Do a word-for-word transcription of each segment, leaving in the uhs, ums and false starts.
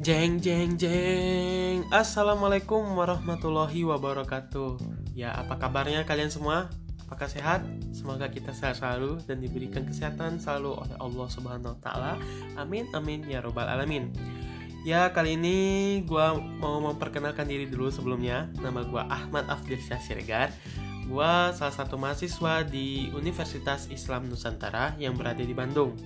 Jeng jeng jeng. Assalamualaikum warahmatullahi wabarakatuh. Ya, apa kabarnya kalian semua? Apakah sehat? Semoga kita sehat selalu dan diberikan kesehatan selalu oleh Allah Subhanahu wa taala. Amin amin ya robbal alamin. Ya, kali ini gue mau memperkenalkan diri dulu sebelumnya. Nama gue Ahmad Afdirsyah Siregar. Gue salah satu mahasiswa di Universitas Islam Nusantara yang berada di Bandung.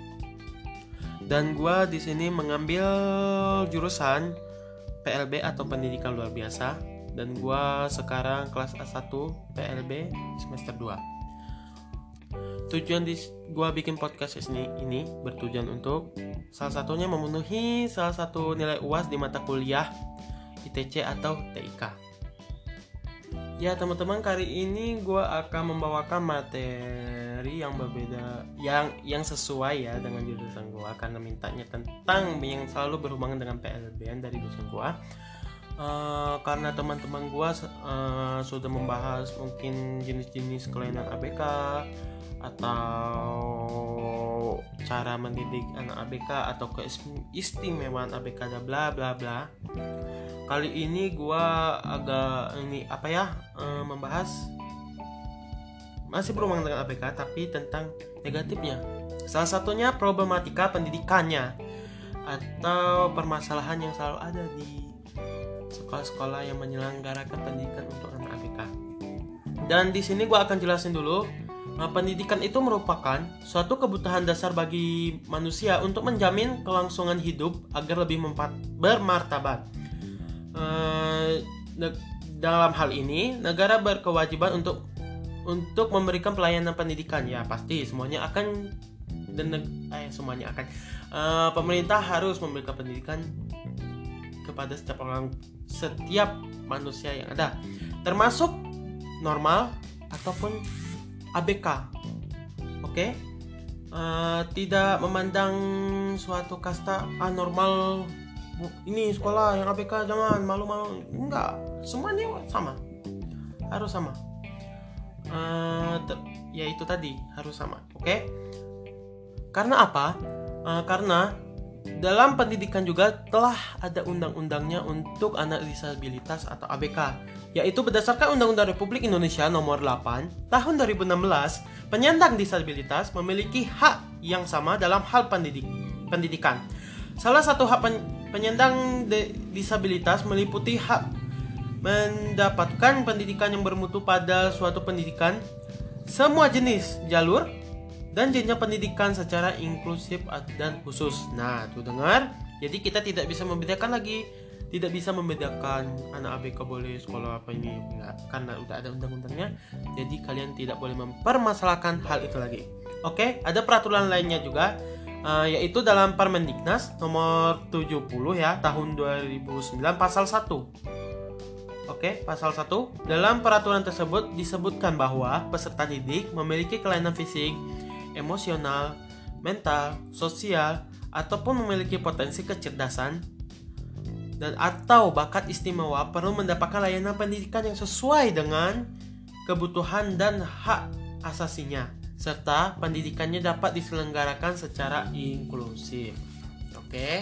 Dan gue di sini mengambil jurusan P L B atau Pendidikan Luar Biasa. Dan gue sekarang kelas A satu P L B semester dua. Tujuan di gue bikin podcast ini, ini bertujuan untuk salah satunya memenuhi salah satu nilai U A S di mata kuliah I T C atau T I K. Ya teman-teman, kali ini gue akan membawakan materi yang berbeda, yang yang sesuai ya dengan jurusan gue, karena mintanya tentang yang selalu berhubungan dengan P L B dari dosen gue. Uh, karena teman-teman gue uh, sudah membahas mungkin jenis-jenis kelainan A B K atau cara mendidik anak A B K atau keistimewaan A B K dan bla bla bla. Kali ini gue agak ini apa ya uh, membahas masih berhubungan dengan A B K tapi tentang negatifnya. Salah satunya problematika pendidikannya atau permasalahan yang selalu ada di sekolah-sekolah yang menyelenggarakan pendidikan untuk anak A B K. Dan di sini gue akan jelasin dulu, nah, pendidikan itu merupakan suatu kebutuhan dasar bagi manusia untuk menjamin kelangsungan hidup agar lebih mempat, bermartabat. Uh, dalam hal ini, negara berkewajiban untuk untuk memberikan pelayanan pendidikan. Ya pasti semuanya akan dan eh semuanya akan uh, pemerintah harus memberikan pendidikan kepada setiap orang, setiap manusia yang ada, termasuk normal ataupun A B K. Oke, uh, tidak memandang suatu kasta anormal. Ini sekolah yang A B K jangan malu-malu, enggak, semuanya sama, harus sama. Uh, ter- ya itu tadi harus sama, oke? Okay? Karena apa? Uh, karena dalam pendidikan juga telah ada undang-undangnya untuk anak disabilitas atau A B K, yaitu berdasarkan Undang-Undang Republik Indonesia Nomor delapan Tahun dua ribu enam belas, penyandang disabilitas memiliki hak yang sama dalam hal pendidik, pendidikan. Salah satu hak pen, penyandang de, disabilitas meliputi hak mendapatkan pendidikan yang bermutu pada suatu pendidikan, semua jenis, jalur, dan jenjang pendidikan secara inklusif dan khusus. Nah, tuh dengar. Jadi kita tidak bisa membedakan lagi, tidak bisa membedakan anak A B K boleh sekolah apa ini, enggak, karena udah ada undang-undangnya. Jadi kalian tidak boleh mempermasalahkan hal itu lagi. Oke, ada peraturan lainnya juga. Uh, yaitu dalam Permendiknas nomor tujuh puluh ya tahun dua ribu sembilan pasal satu. Oke, pasal satu. Dalam peraturan tersebut disebutkan bahwa peserta didik memiliki kelainan fisik, emosional, mental, sosial, ataupun memiliki potensi kecerdasan dan atau bakat istimewa perlu mendapatkan layanan pendidikan yang sesuai dengan kebutuhan dan hak asasinya, serta pendidikannya dapat diselenggarakan secara inklusif. Oke.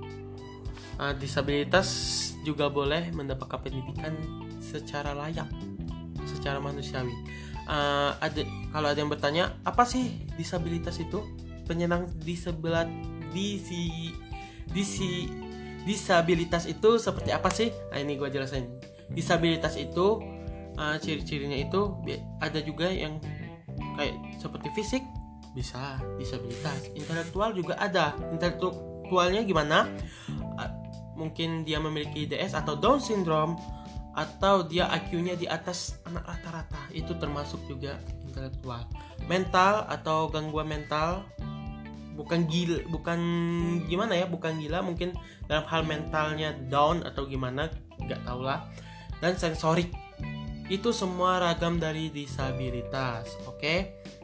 Uh, disabilitas juga boleh mendapatkan pendidikan secara layak, secara manusiawi. Uh, ada, kalau ada yang bertanya, apa sih disabilitas itu? Penyandang disabilitas disi, disi, disabilitas itu seperti apa sih? Nah, ini gue jelasin. Disabilitas itu uh, ciri-cirinya itu ada juga yang kayak seperti fisik, bisa disabilitas. Intelektual juga ada. Intelektualnya gimana? Uh, mungkin dia memiliki D S atau Down syndrome, atau dia I Q-nya di atas anak rata-rata, itu termasuk juga intelektual. Mental atau gangguan mental, bukan gila, bukan gimana ya, bukan gila, mungkin dalam hal mentalnya down atau gimana, nggak tahu lah. Dan sensorik, itu semua ragam dari disabilitas. Oke, okay?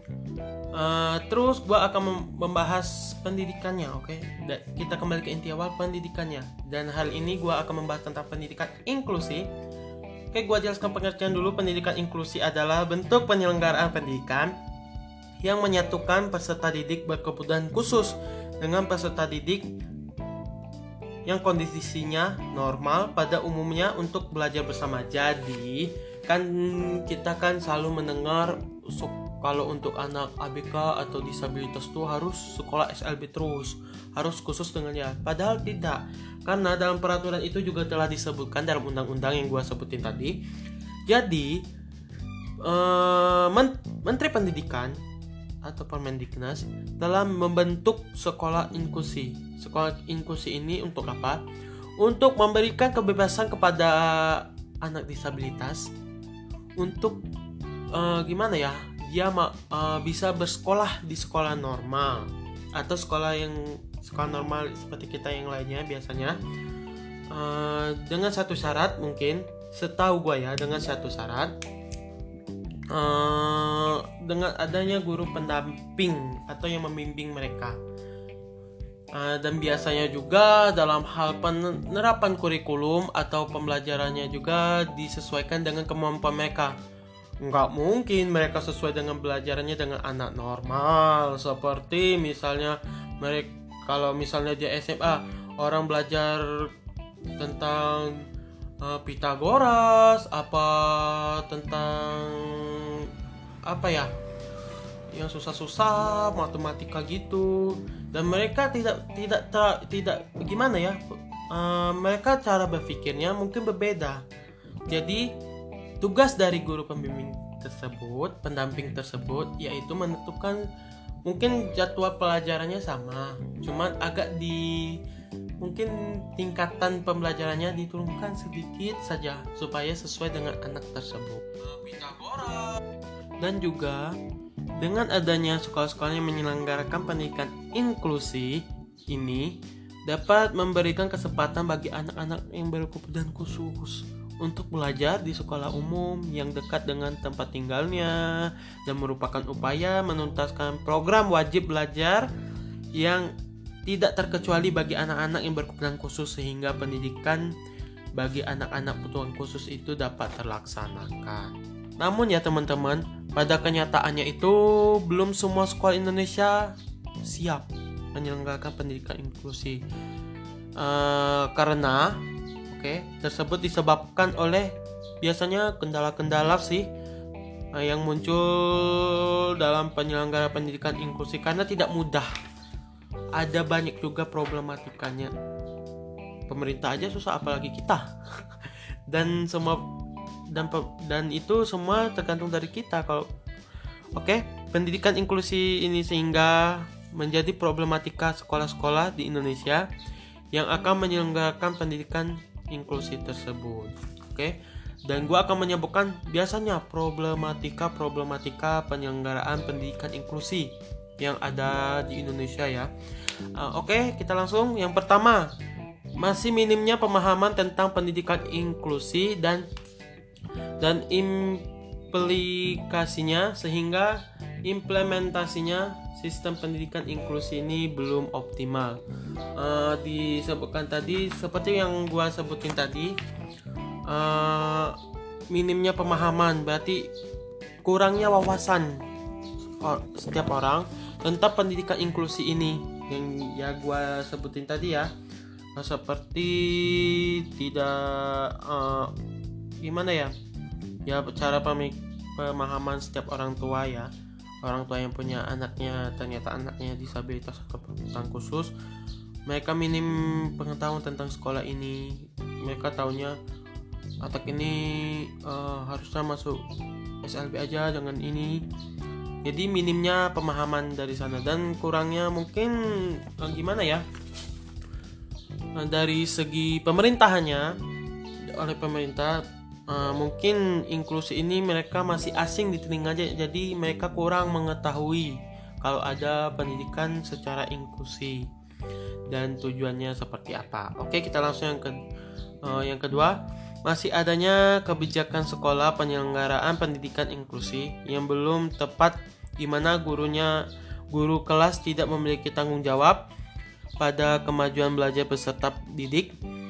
uh, terus gue akan membahas pendidikannya. Oke, okay? Kita kembali ke inti awal, pendidikannya. Dan hal ini gue akan membahas tentang pendidikan inklusi. Oke, gue jelaskan pengertian dulu. Pendidikan inklusi adalah bentuk penyelenggaraan pendidikan yang menyatukan peserta didik berkebutuhan khusus dengan peserta didik yang kondisinya normal pada umumnya untuk belajar bersama. Jadi kan kita kan selalu mendengar so, kalau untuk anak A B K atau disabilitas tuh harus sekolah S L B terus, harus khusus dengan ya. Padahal tidak, karena dalam peraturan itu juga telah disebutkan dalam undang-undang yang gua sebutin tadi. Jadi eh, Menteri Pendidikan atau Permendiknas telah membentuk sekolah inklusi. Sekolah inklusi ini untuk apa? Untuk memberikan kebebasan kepada anak disabilitas untuk uh, gimana ya? Dia uh, bisa bersekolah di sekolah normal atau sekolah yang sekolah normal seperti kita yang lainnya biasanya. Uh, dengan satu syarat mungkin, setahu gue ya, dengan satu syarat. Uh, dengan adanya guru pendamping atau yang membimbing mereka, uh, dan biasanya juga dalam hal penerapan kurikulum atau pembelajarannya juga disesuaikan dengan kemampuan mereka. Nggak mungkin mereka sesuai dengan belajarannya dengan anak normal, seperti misalnya mereka kalau misalnya dia S M A orang belajar tentang uh, Pitagoras, apa tentang apa ya yang susah-susah matematika gitu, dan mereka tidak tidak tidak, tidak gimana ya uh, mereka cara berpikirnya mungkin berbeda. Jadi tugas dari guru pembimbing tersebut, pendamping tersebut, yaitu menentukan mungkin jadwal pelajarannya sama, cuman agak di mungkin tingkatan pembelajarannya diturunkan sedikit saja supaya sesuai dengan anak tersebut. Dan juga dengan adanya sekolah-sekolah yang menyelenggarakan pendidikan inklusi ini dapat memberikan kesempatan bagi anak-anak yang berkebutuhan khusus untuk belajar di sekolah umum yang dekat dengan tempat tinggalnya dan merupakan upaya menuntaskan program wajib belajar yang tidak terkecuali bagi anak-anak yang berkebutuhan khusus, sehingga pendidikan bagi anak-anak kebutuhan khusus itu dapat terlaksanakan. Namun ya teman-teman, pada kenyataannya itu belum semua sekolah Indonesia siap menyelenggarakan pendidikan inklusi. Uh, karena oke, okay, tersebut disebabkan oleh biasanya kendala-kendala sih uh, yang muncul dalam penyelenggaraan pendidikan inklusi, karena tidak mudah. Ada banyak juga problematikanya. Pemerintah aja susah, apalagi kita. dan semua dan dan itu semua tergantung dari kita. Kalau oke, okay, pendidikan inklusi ini sehingga menjadi problematika sekolah-sekolah di Indonesia yang akan menyelenggarakan pendidikan inklusi tersebut. Oke, okay? Dan gue akan menyebutkan biasanya problematika-problematika penyelenggaraan pendidikan inklusi yang ada di Indonesia ya. Uh, Oke, okay, kita langsung. Yang pertama, masih minimnya pemahaman tentang pendidikan inklusi dan dan implikasinya, sehingga implementasinya sistem pendidikan inklusi ini belum optimal. Uh, disebutkan tadi seperti yang gua sebutin tadi, uh, minimnya pemahaman berarti kurangnya wawasan setiap orang tentang pendidikan inklusi ini yang ya gua sebutin tadi ya, uh, seperti tidak uh, gimana ya ya cara pemahaman setiap orang tua ya. Orang tua yang punya anaknya ternyata anaknya disabilitas atau kebutuhan khusus, mereka minim pengetahuan tentang sekolah ini. Mereka taunya anak ini uh, harusnya masuk S L B aja dengan ini. Jadi minimnya pemahaman dari sana, dan kurangnya mungkin uh, gimana ya uh, dari segi pemerintahannya oleh pemerintah. Uh, mungkin inklusi ini mereka masih asing di telinganya, jadi mereka kurang mengetahui kalau ada pendidikan secara inklusi dan tujuannya seperti apa. Oke, kita langsung yang ke uh, yang kedua, masih adanya kebijakan sekolah penyelenggaraan pendidikan inklusi yang belum tepat, di mana gurunya guru kelas tidak memiliki tanggung jawab pada kemajuan belajar peserta didik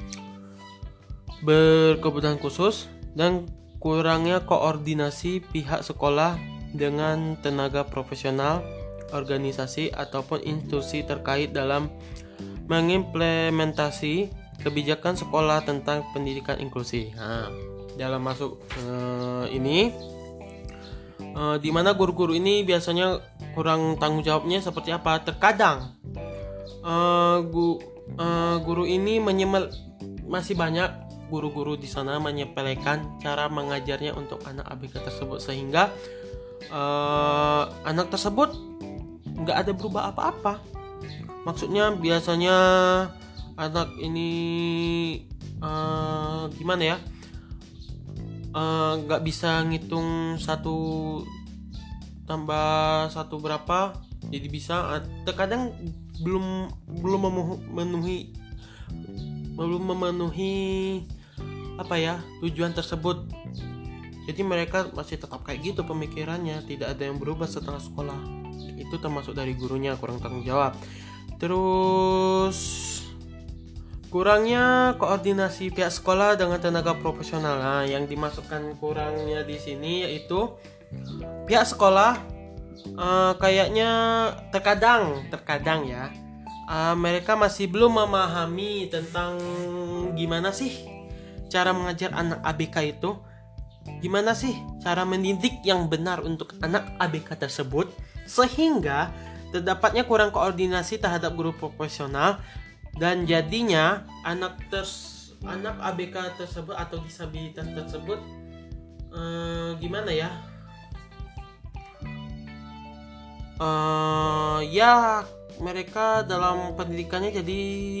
berkebutuhan khusus, dan kurangnya koordinasi pihak sekolah dengan tenaga profesional, organisasi ataupun institusi terkait dalam mengimplementasi kebijakan sekolah tentang pendidikan inklusi. Nah, dalam masuk uh, ini uh, di mana guru-guru ini biasanya kurang tanggung jawabnya seperti apa? Terkadang uh, gu, uh, guru ini menyemel masih banyak guru-guru di sana menyepelekan cara mengajarnya untuk anak A B K tersebut, sehingga uh, anak tersebut nggak ada berubah apa-apa. Maksudnya biasanya anak ini uh, gimana ya, nggak uh, bisa ngitung satu tambah satu berapa, jadi bisa terkadang belum belum memenuhi belum memenuhi apa ya tujuan tersebut. Jadi mereka masih tetap kayak gitu pemikirannya, tidak ada yang berubah setelah sekolah. Itu termasuk dari gurunya kurang tanggung jawab. Terus kurangnya koordinasi pihak sekolah dengan tenaga profesional. Nah, yang dimasukkan kurangnya di sini yaitu pihak sekolah uh, kayaknya terkadang terkadang ya uh, mereka masih belum memahami tentang gimana sih cara mengajar anak A B K itu, gimana sih cara mendidik yang benar untuk anak A B K tersebut, sehingga terdapatnya kurang koordinasi terhadap guru profesional, dan jadinya anak ters anak A B K tersebut atau disabilitas tersebut eh, gimana ya eh, ya mereka dalam pendidikannya jadi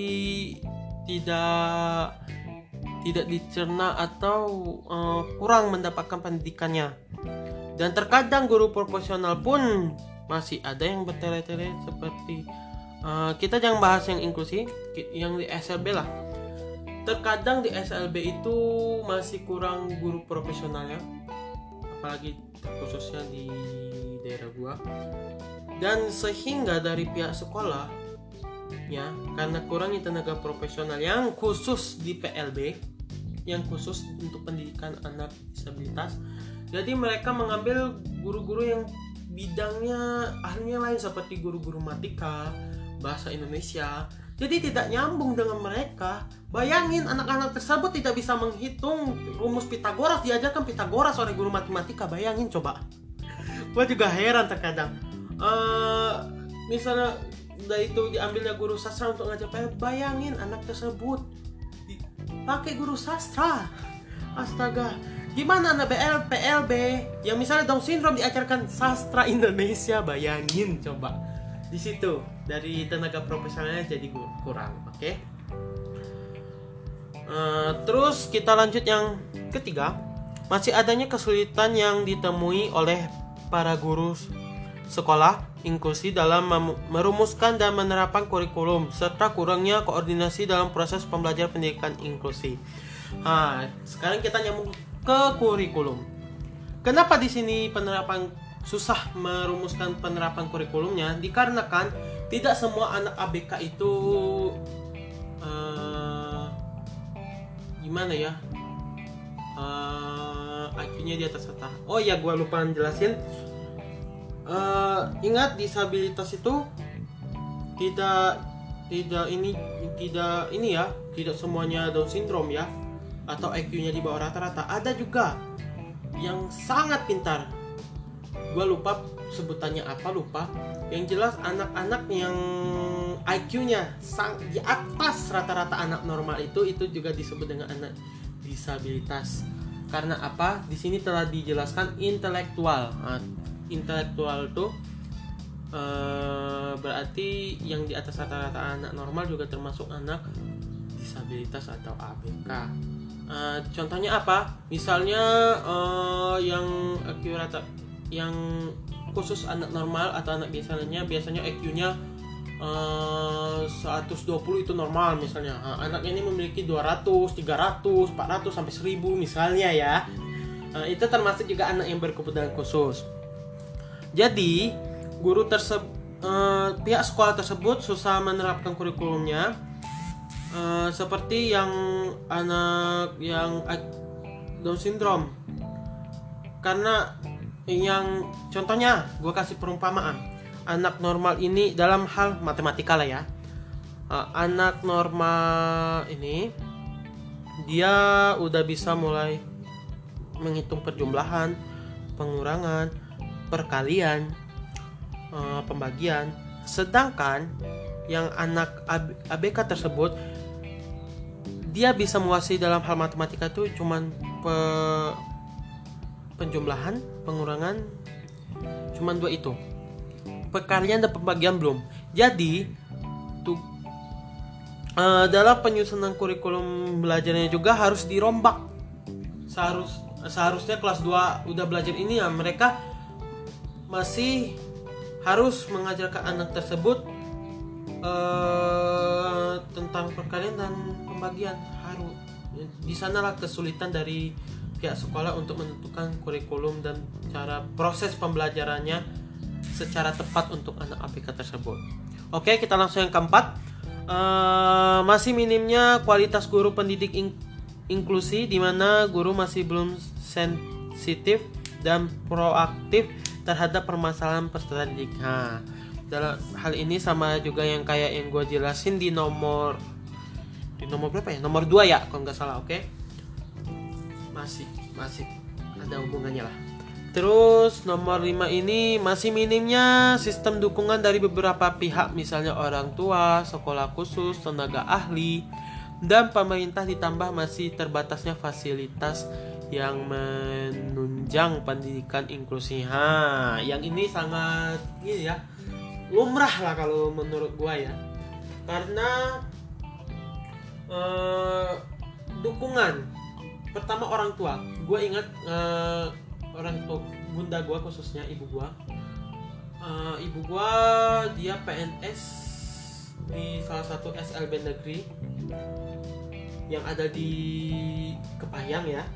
tidak tidak dicerna atau eh, kurang mendapatkan pendidikannya. Dan terkadang guru profesional pun masih ada yang bertele-tele seperti uh, kita jangan bahas yang inklusi, yang di S L B lah. Terkadang di S L B itu masih kurang guru profesionalnya, apalagi khususnya di daerah gua. Dan sehingga dari pihak sekolah ya, karena kurangnya tenaga profesional yang khusus di P L B, yang khusus untuk pendidikan anak disabilitas, jadi mereka mengambil guru-guru yang bidangnya ahlinya lain seperti guru-guru matematika, bahasa Indonesia. Jadi tidak nyambung dengan mereka. Bayangin anak-anak tersebut tidak bisa menghitung rumus Pitagoras, diajarkan Pitagoras oleh guru matematika. Bayangin coba. Gua juga heran terkadang. Uh, misalnya dari itu diambilnya guru sastra untuk ngajar P L B. Bayangin anak tersebut pakai guru sastra. Astaga. Gimana anak B L, P L B yang misalnya Down syndrome diajarkan sastra Indonesia? Bayangin coba. Di situ dari tenaga profesionalnya jadi kurang. Oke. Okay? Uh, terus kita lanjut yang ketiga, masih adanya kesulitan yang ditemui oleh para guru sekolah inklusi dalam merumuskan dan menerapkan kurikulum, serta kurangnya koordinasi dalam proses pembelajaran pendidikan inklusi. Nah, sekarang kita nyambung ke kurikulum. Kenapa di sini penerapan susah merumuskan penerapan kurikulumnya? Dikarenakan tidak semua anak A B K itu uh, gimana ya? Uh, I Q-nya di atas rata. Oh ya, gue lupa jelasin. Uh, ingat disabilitas itu tidak tidak ini tidak ini ya, tidak semuanya Down syndrome ya, atau I Q-nya di bawah rata-rata. Ada juga yang sangat pintar. Gue lupa sebutannya apa, lupa. Yang jelas anak-anak yang I Q-nya sang di atas rata-rata anak normal itu itu juga disebut dengan anak disabilitas. Karena apa? Di sini telah dijelaskan intelektual. Nah, intelektual tuh uh, berarti yang di atas rata-rata anak normal juga termasuk anak disabilitas atau A B K. Uh, contohnya apa? Misalnya uh, yang I Q rata, yang khusus anak normal atau anak biasanya biasanya I Q-nya uh, seratus dua puluh itu normal misalnya. Uh, anaknya ini memiliki dua ratus, tiga ratus, empat ratus sampai seribu misalnya ya. Uh, itu termasuk juga anak yang berkebutuhan khusus. Jadi guru tersebut, uh, pihak sekolah tersebut susah menerapkan kurikulumnya. Uh, seperti yang anak yang Down syndrome, karena yang contohnya gue kasih perumpamaan, anak normal ini dalam hal matematika lah ya, uh, anak normal ini dia udah bisa mulai menghitung perjumlahan, pengurangan, perkalian, uh, pembagian. Sedangkan yang anak A B K tersebut dia bisa menguasai dalam hal matematika itu cuman pe, penjumlahan, pengurangan, cuman dua itu. Perkalian dan pembagian belum. Jadi tuh uh, dalam penyusunan kurikulum belajarnya juga harus dirombak. Seharus seharusnya kelas dua udah belajar ini ya, mereka masih harus mengajarkan anak tersebut uh, tentang perkalian dan pembagian. Harus di sanalah kesulitan dari pihak sekolah untuk menentukan kurikulum dan cara proses pembelajarannya secara tepat untuk anak A B K tersebut. Oke, kita langsung yang keempat. Uh, masih minimnya kualitas guru pendidik in- inklusi, di mana guru masih belum sensitif dan proaktif terhadap permasalahan peserta didik. Nah, dalam hal ini sama juga yang kayak yang gue jelasin di nomor di nomor berapa ya? Nomor dua ya, kalau nggak salah. Oke, masih masih ada hubungannya lah. Terus nomor lima ini masih minimnya sistem dukungan dari beberapa pihak, misalnya orang tua, sekolah khusus, tenaga ahli, dan pemerintah, ditambah masih terbatasnya fasilitas yang menunjang pendidikan inklusi. Ha, yang ini sangat ini ya, lumrah lah kalau menurut gua ya. Karena eh, dukungan pertama orang tua. Gua ingat eh, orang tua bunda gue, khususnya ibu gue, uh, ibu gue dia P N S di salah satu S L B negeri yang ada di Kepayang ya.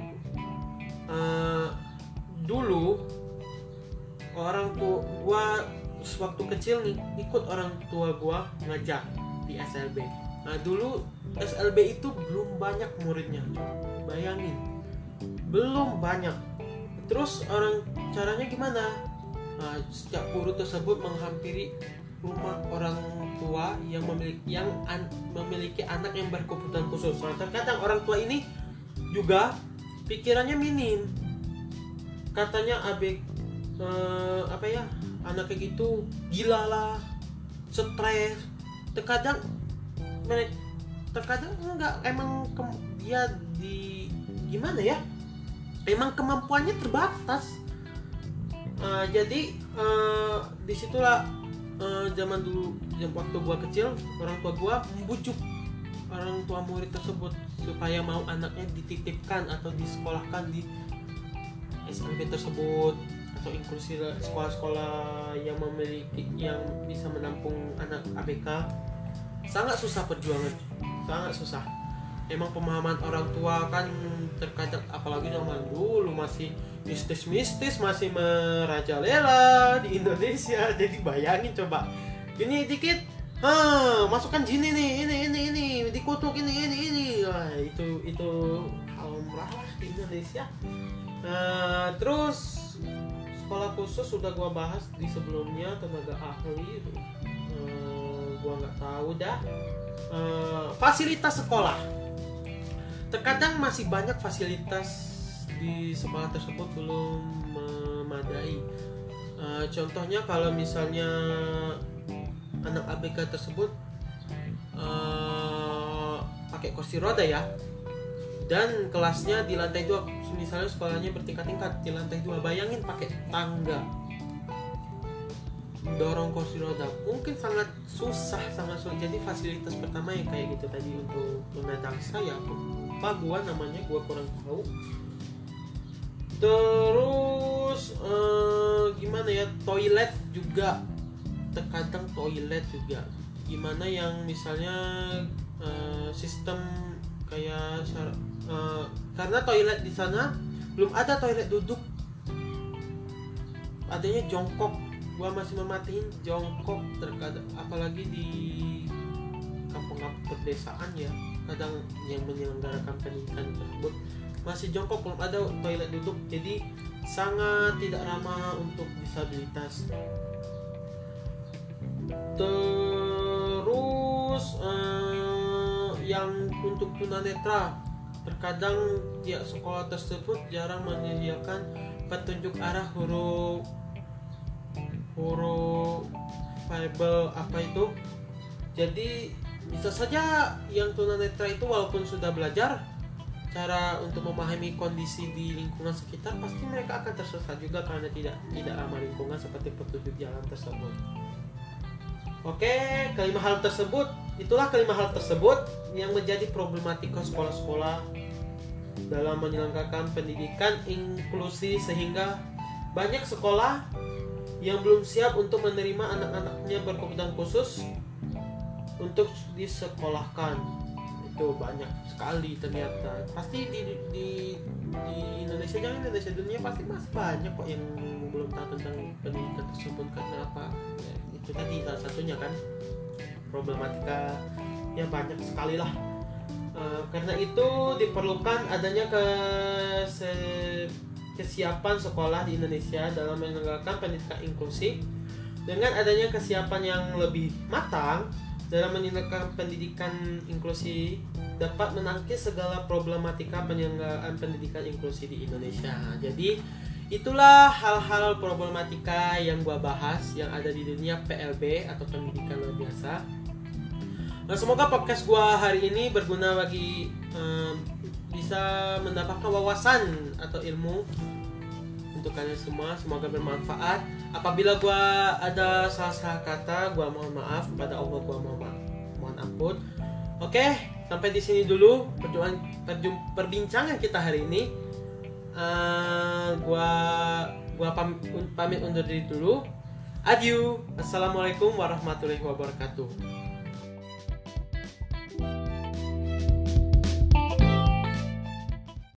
Uh, dulu orang tua gue sewaktu kecil nih ikut orang tua gue ngajar di S L B. Nah dulu S L B itu belum banyak muridnya, bayangin, belum banyak. Terus orang caranya gimana? Nah, setiap guru tersebut menghampiri rumah orang tua yang memiliki yang an, memiliki anak yang berkebutuhan khusus. Nah, terkadang orang tua ini juga pikirannya minim. Katanya abek eh, apa ya? Anak kayak gitu gila lah, stres. Terkadang mereka terkadang enggak, emang ke, dia di gimana ya? Emang kemampuannya terbatas. Uh, jadi uh, disitulah uh, zaman dulu, jam waktu gua kecil, orang tua gua membujuk orang tua murid tersebut supaya mau anaknya dititipkan atau disekolahkan di S L B tersebut atau inklusi sekolah-sekolah yang memiliki yang bisa menampung anak A B K. Sangat susah perjuangan, sangat susah. Emang pemahaman orang tua kan terkadang, apalagi zaman dulu masih mistis-mistis, masih merajalela di Indonesia. Jadi bayangin coba, ini dikit, ha, masukkan jin ini, ini, ini, ini, dikutuk ini, ini, ini. Wah, itu itu hal murah lah di Indonesia. Nah, terus sekolah khusus sudah gua bahas di sebelumnya, tenaga ahli itu, uh, gua nggak tahu dah. Uh, fasilitas sekolah. Terkadang masih banyak fasilitas di sekolah tersebut belum memadai. Uh, contohnya kalau misalnya anak A B K tersebut uh, pakai kursi roda ya, dan kelasnya di lantai dua, misalnya sekolahnya bertingkat-tingkat di lantai dua, bayangin pakai tangga, dorong kursi roda, mungkin sangat susah, sangat sulit. Jadi fasilitas pertama yang kayak gitu tadi untuk tunadaksa ya, apa gua namanya gua kurang tahu. Terus eh, gimana ya, toilet juga, terkadang toilet juga gimana yang misalnya eh, sistem kayak eh, karena toilet di sana belum ada toilet duduk, adanya jongkok. Gua masih mematiin jongkok, terkadang apalagi di kampung-kampung pedesaan ya, kadang yang menyelenggarakan pendidikan tersebut masih jongkok, belum ada toilet duduk. Jadi sangat tidak ramah untuk disabilitas. Terus yang untuk tunanetra. Terkadang pihak sekolah tersebut jarang menyediakan petunjuk arah huruf huruf Bible apa itu. Jadi bisa saja yang tunanetra itu walaupun sudah belajar cara untuk memahami kondisi di lingkungan sekitar, pasti mereka akan tersesat juga karena tidak tidak ramah lingkungan seperti petunjuk jalan tersebut. Oke, kelima hal tersebut, itulah kelima hal tersebut yang menjadi problematika sekolah-sekolah dalam menyelenggarakan pendidikan inklusi, sehingga banyak sekolah yang belum siap untuk menerima anak-anaknya berkebutuhan khusus untuk disekolahkan. Itu banyak sekali ternyata. Pasti di di di Indonesia, jangan Indonesia, dunia pasti masih banyak kok yang belum tahu tentang pendidikan tersebut. Karena apa? Ya, itu tadi salah satunya kan problematika ya banyak sekali lah. E, karena itu diperlukan adanya kes- kesiapan sekolah di Indonesia dalam menyelenggarakan pendidikan inklusif. Dengan adanya kesiapan yang lebih matang dalam menyelenggarakan pendidikan inklusi dapat menangkis segala problematika penyelenggaraan pendidikan inklusi di Indonesia. Jadi itulah hal-hal problematika yang gua bahas yang ada di dunia P L B atau pendidikan luar biasa. Nah, semoga podcast gua hari ini berguna bagi um, bisa mendapatkan wawasan atau ilmu untuk kalian semua. Semoga bermanfaat. Apabila gua ada salah-salah kata, gua mohon maaf kepada Allah, gua mohon maaf, mohon ampun. Oke, sampai di sini dulu perjumpaan perbincangan kita hari ini. Uh, gua gua pamit, pamit undur diri dulu. Adieu. Assalamualaikum warahmatullahi wabarakatuh.